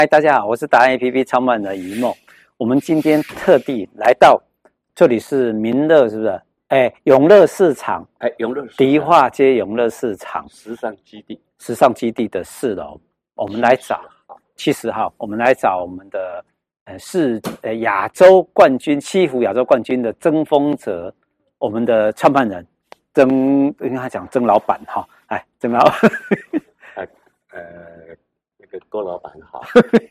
嗨，大家好，我是达人 APP 创办人于梦。我们今天特地来到这里是民乐，是不是？永乐市场， 永乐市场迪化街永乐市场时尚基地的4楼，我们来找70号，我们来找我们的亚洲冠军西服亚洲冠军的曾丰泽，我们的创办人应该讲曾老板哈，曾老板。 那个郭老板好。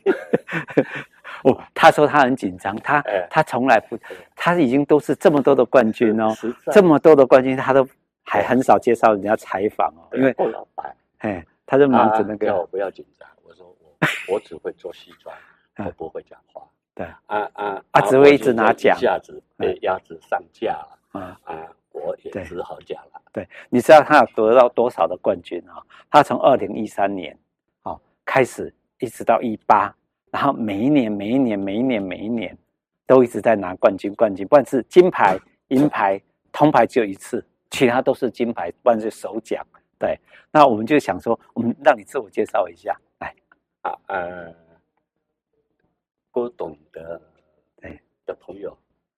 他说他很紧张，他从来不，他已经都是这么多的冠军哦，这么多的冠军，他都还很少介绍人家采访哦，因为郭老板， 他就忙着那个。 叫我不要紧张，我说我只会做西装，我不会讲话。 对只会一直拿奖， 一下子被鸭子上架了，我也只好讲了。 对，你知道他有得到多少的冠军啊？他从2013年开始一直到18，然后每一年都一直在拿冠军，不管是金牌、银牌、铜牌只有一次，其他都是金牌，不然是首奖。对，那我们就想说，我们让你自我介绍一下，来。 郭董的朋友，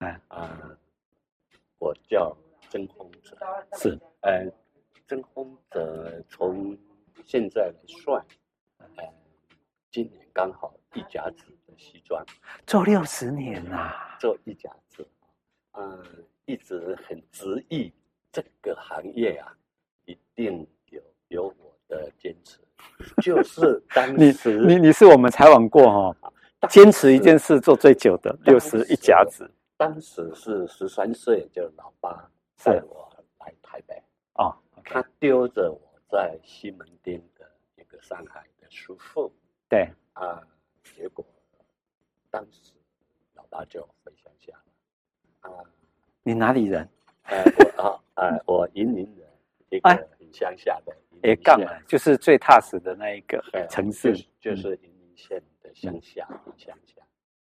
我叫曾丰泽， 是， 曾丰泽从现在来算，今年刚好1甲子的西装， 做60年啦， 做1甲子，一直很执意这个行业一定有我的坚持，就是当时你是我们采访过哦，坚持一件事做最久的61甲子， 当时是13岁，就老爸带我来台北他丢着我在西门町的一个上海的叔父， 对结果当时老爸就回乡下了。 你哪里人？ 我云林人，一个很乡下的云林县， 就是最踏实的那一个城市， 就是云林县的乡下，很乡下。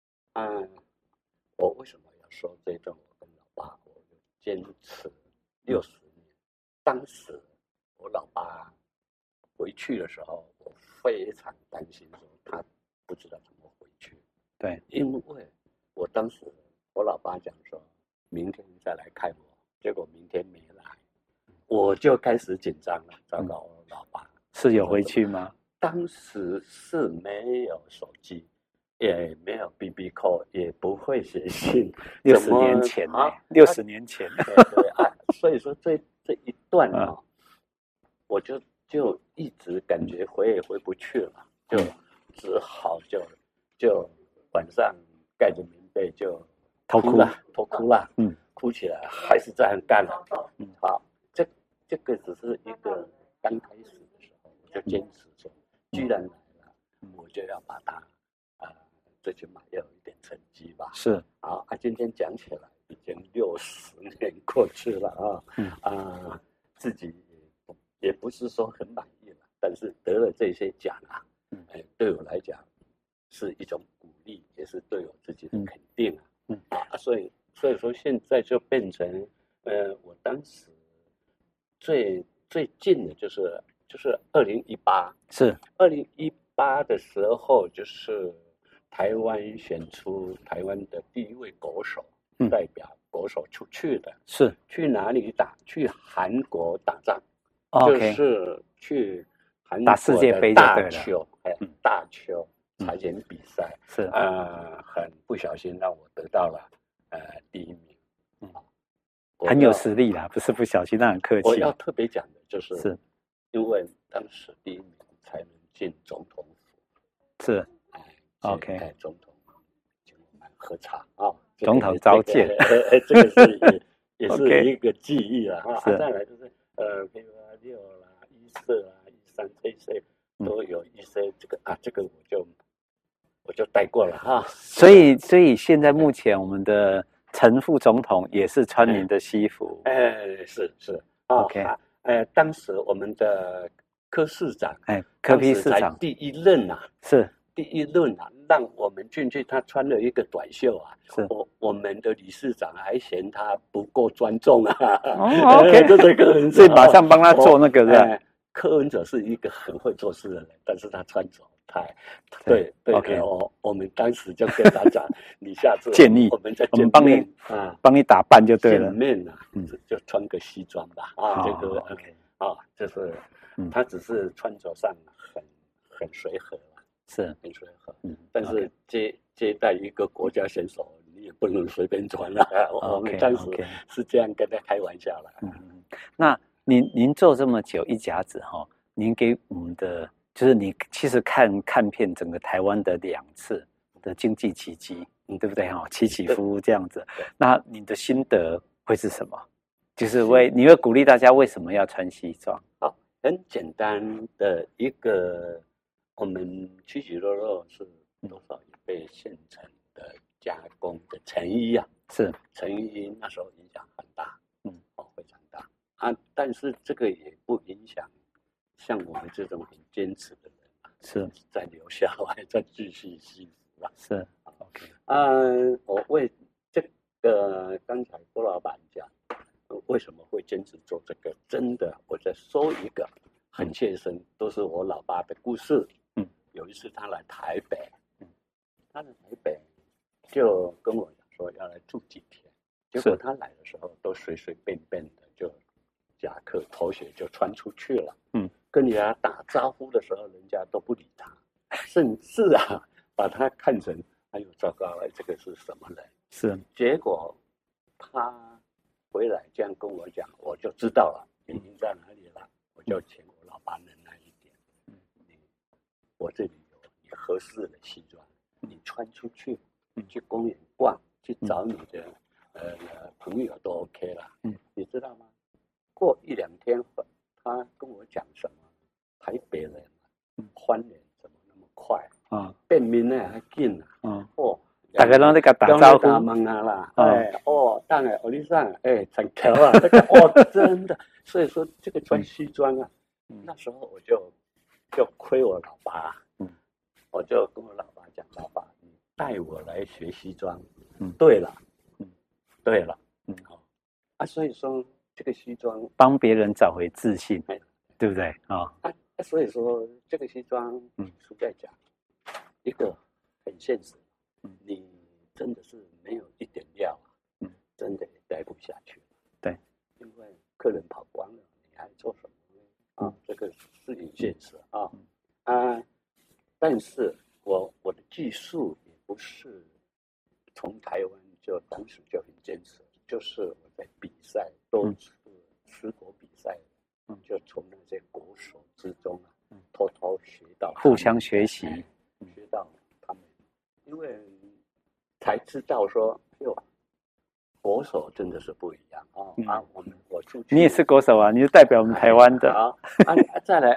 我为什么要说这段？我跟老爸，我坚持60年。当时我老爸回去的时候，我非常担心，说他不知道怎么回去。 对， 因为我当时我老爸讲说，明天再来看我，结果明天没来，我就开始紧张了。糟糕，我老爸是有回去吗？ 当时是没有手机，也没有 BB call， 也不会写信。 60年前，60年前， 对所以说这一段我就一直感觉回也回不去了，就只好就晚上盖着棉被就偷哭了，哭起来还是这样干了。好，这个只是一个刚开始的时候，我就坚持说，居然来了，我就要把它最起码要有一点成绩吧。 是今天讲起来已经60年过去了自己也不是说很满意了，但是得了这些奖对我来讲是一种鼓励，也是对我自己的肯定所以说现在就变成我当时最近的就是2018， 是 2018的时候，就是台湾选出台湾的第一位国手，代表国手出去的， 是去哪里打？去韩国打仗，就是去韩国打世界杯大邱，大邱跆拳比赛， 是很不小心让我得到了第1名， 很有实力啦，不是不小心，那很客气。 我要特别讲的就是，因为当时第1名才能进总统府， 是，OK， 总统请我们喝茶总统召见， 这个是也是一个记忆了再来就是比如说6啦、14啦、13这些都有一些这个我就带过了所以现在目前我们的陈副总统也是穿您的西服， 是 OK， 当时我们的柯市长， 柯批市长第1任是第1任让我们进去，他穿了一个短袖是我们的理事长还嫌他不够尊重 OK， 所以马上帮他做那个柯文哲是一个很会做事的人，但是他穿着台。对对 ，OK， 我们当时就跟他讲，你下次建议我们再我们帮你帮你打扮就对了。 见面啊，就穿个西装吧，这个 OK， 就是他只是穿着上很随和啦， 是很随和，但是接待一个国家选手，你也不能随便穿啦。我们当时是这样跟他开玩笑啦。 那您做这么久一甲子哈，您给我们的就是你其实看遍整个台湾的2次的经济奇迹，对不对哈？起起伏伏这样子，那你的心得会是什么？就是你会鼓励大家为什么要穿西装？ 好，很简单的一个，我们起起落落是多少也被现成的加工的成衣啊， 是成衣那时候影响很大，非常大啊。但是这个也不影响像我们这种很坚持的人是再留下来，再继续西服啊。 是 OK 我为这个刚才郭老板讲。为什么会坚持做这个？真的，我再说一个很切身，都是我老爸的故事。有一次他来台北，他来台北就跟我讲说要来住几天，结果他来的时候都随随便便的就夹克拖鞋就穿出去了。跟人家打招呼的时候，人家都不理他，甚至把他看成哎呦糟糕了，这个是什么人？ 是， 结果他回来这样跟我讲，我就知道了原因在哪里了。我就请我老爸忍耐一点，我这里有你合适的西装，你穿出去，去公园逛，去找你的朋友都 OK 了。你知道吗？过1-2天，他跟我讲什么？台北人翻脸怎么那么快变面呢还紧大家拢在甲打招呼， 问啦，当然，李上，陈桥啊，真的，所以说这个穿西装啊，那时候我就亏我老爸，我就跟我老爸讲，老爸，你带我来学西装，对了，所以说这个西装帮别人找回自信，对不对所以说这个西装，实在讲，一个很现实。你真的是没有一点料真的也待不下去。 对， 因为客人跑光了，你还做什么呢？这个是很现实但是我的技术也不是从台湾当时就很坚持，就是我在比赛都是出国比赛，就从那些国手之中偷偷学到， 互相学习， 学到他们，因为才知道说，国手真的是不一样我出去， 你也是国手啊，你是代表我们台湾的再来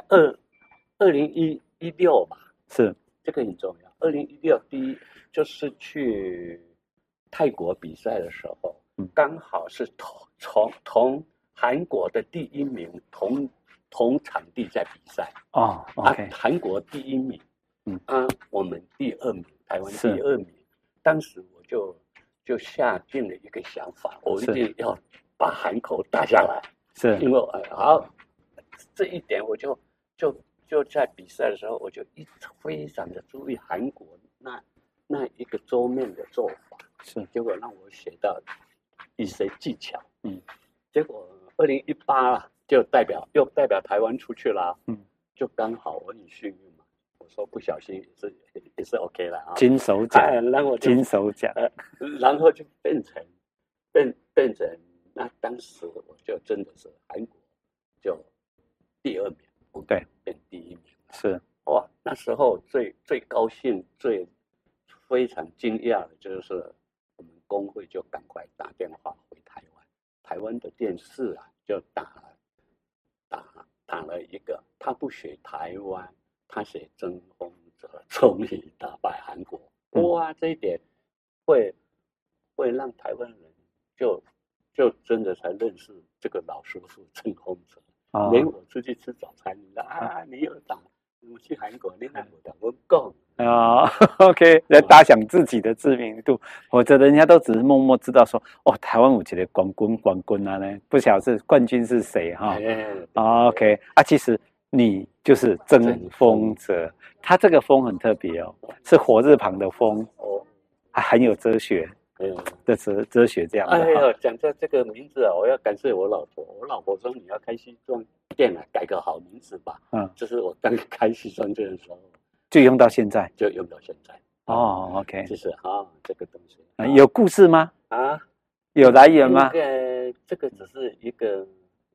2016吧，是这个很重要。2016第一就是去泰国比赛的时候，刚好是同韩国的第1名同场地在比赛 OK， 韩国第1名，我们第2名，台湾第2名。当时我就下定了一个想法，我一定要把韩口打下来。是，因为这一点我就在比赛的时候，我就一直非常的注意韩国那一个桌面的做法。是，结果让我学到一些技巧。结果2018就又代表台湾出去了。就刚好我很幸运嘛。我说不小心也是 OK 了金手奖，金手奖， 然后就变成那当时我就真的是韩国就第2名，对，变第1名，是那时候最高兴、非常惊讶的就是我们工会就赶快打电话回台湾，台湾的电视就打了一个，他不学台湾。他写争锋者终于打败韩国，这一点会让台湾人就真的才认识这个老师傅争锋者。连我出去吃早餐，你有打，我去韩国，你韩国打我够 OK， 来打响自己的知名度，否则人家都只是默默知道说，台湾有一个冠军呢，不晓得是冠军是谁OK，其实。 你就是曾丰泽。他这个丰很特别哦，是火字旁的丰哦，还很有哲学的哲学这样的。 哎呦，讲到这个名字啊，我要感谢我老婆。我老婆说你要开西装店啊，改个好名字吧。这是我刚开西装店的时候， 就用到现在， 哦 ，OK， 就是这个东西有故事吗？有来源吗？ 这个只是一个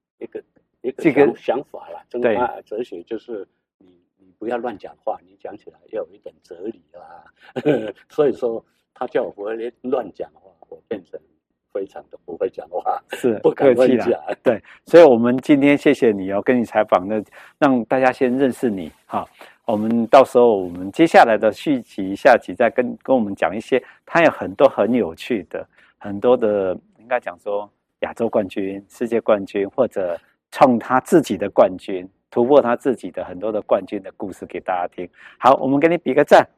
想法啦。 对， 哲学就是你不要乱讲话，你讲起来要有一点哲理啦。所以说他叫我不会乱讲话，我变成非常的不会讲话， 是不客气啦。 对，所以我们今天谢谢你哦，跟你采访的，让大家先认识你哈。我们到时候我们接下来的续集、下集再跟我们讲一些，他有很多很有趣的，很多的应该讲说亚洲冠军、世界冠军，或者创他自己的冠军，突破他自己的很多的冠军的故事给大家听。好，我们给你比个赞。